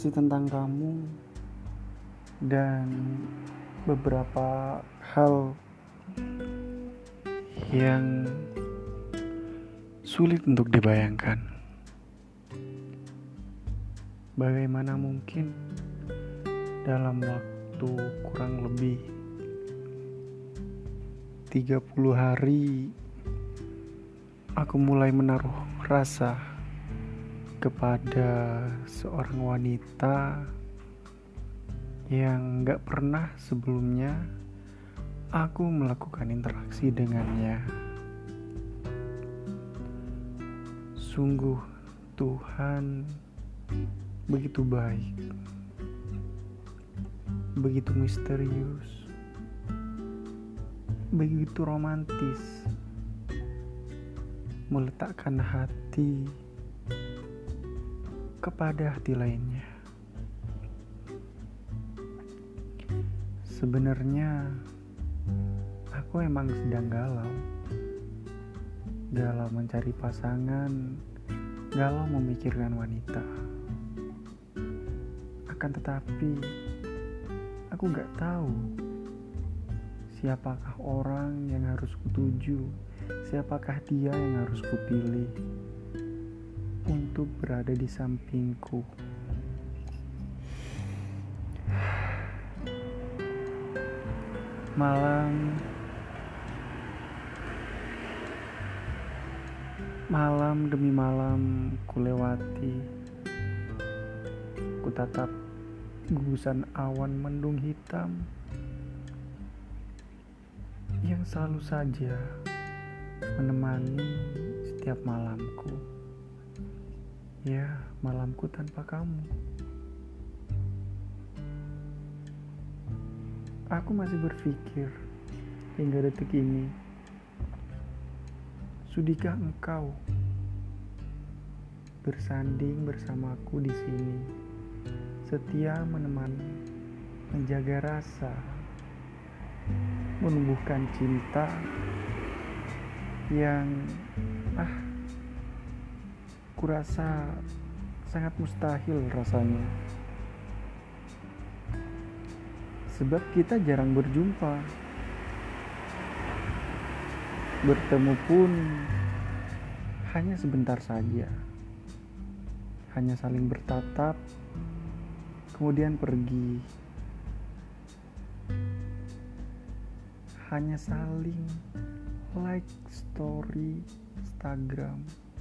masih tentang kamu dan beberapa hal yang sulit untuk dibayangkan. Bagaimana mungkin dalam waktu kurang lebih 30 hari aku mulai menaruh rasa kepada seorang wanita yang gak pernah sebelumnya aku melakukan interaksi dengannya. Sungguh Tuhan begitu baik, begitu misterius, begitu romantis, meletakkan hati kepada hati lainnya. Sebenarnya aku emang sedang galau mencari pasangan, galau memikirkan wanita. Akan tetapi aku gak tahu siapakah orang yang harus kutuju, siapakah dia yang harus kupilih untuk berada di sampingku. Malam demi malam kulewati, kutatap gugusan awan mendung hitam yang selalu saja menemani setiap malamku. Ya, malamku tanpa kamu. Aku masih berpikir hingga detik ini, sudikah engkau bersanding bersamaku di sini, setia menemani, menjaga rasa, menumbuhkan cinta yang kurasa sangat mustahil rasanya. Sebab kita jarang berjumpa. Bertemu pun hanya sebentar saja. Hanya saling bertatap, kemudian pergi. Hanya saling like story Instagram.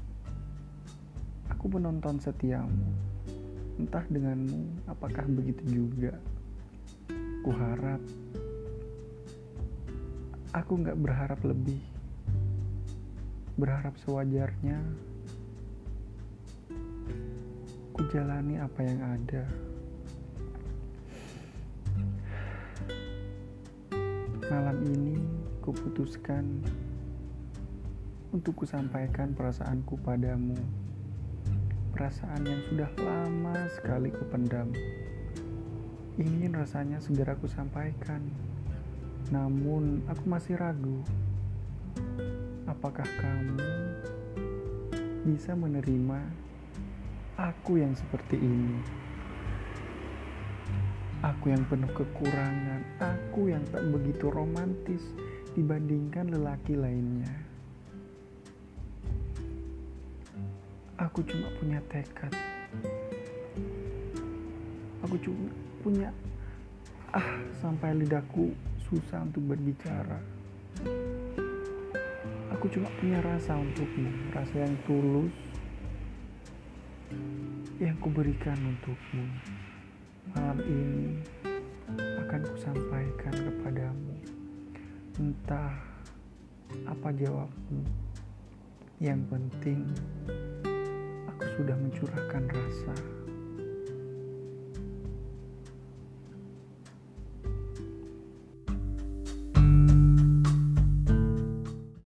Aku penonton setiamu. Entah denganmu apakah begitu juga. Kuharap aku gak berharap lebih. Berharap sewajarnya. Ku jalani apa yang ada. Malam ini kuputuskan untuk kusampaikan perasaanku padamu. Perasaan yang sudah lama sekali kupendam. Ingin rasanya segera kusampaikan. Namun aku masih ragu. Apakah kamu bisa menerima aku yang seperti ini? Aku yang penuh kekurangan, aku yang tak begitu romantis dibandingkan lelaki lainnya. Aku cuma punya tekad. Aku cuma punya sampai lidahku susah untuk berbicara. Aku cuma punya rasa untukmu, rasa yang tulus yang kuberikan untukmu. Malam ini akan kusampaikan kepadamu. Entah apa jawabmu. Yang penting aku sudah mencurahkan rasa.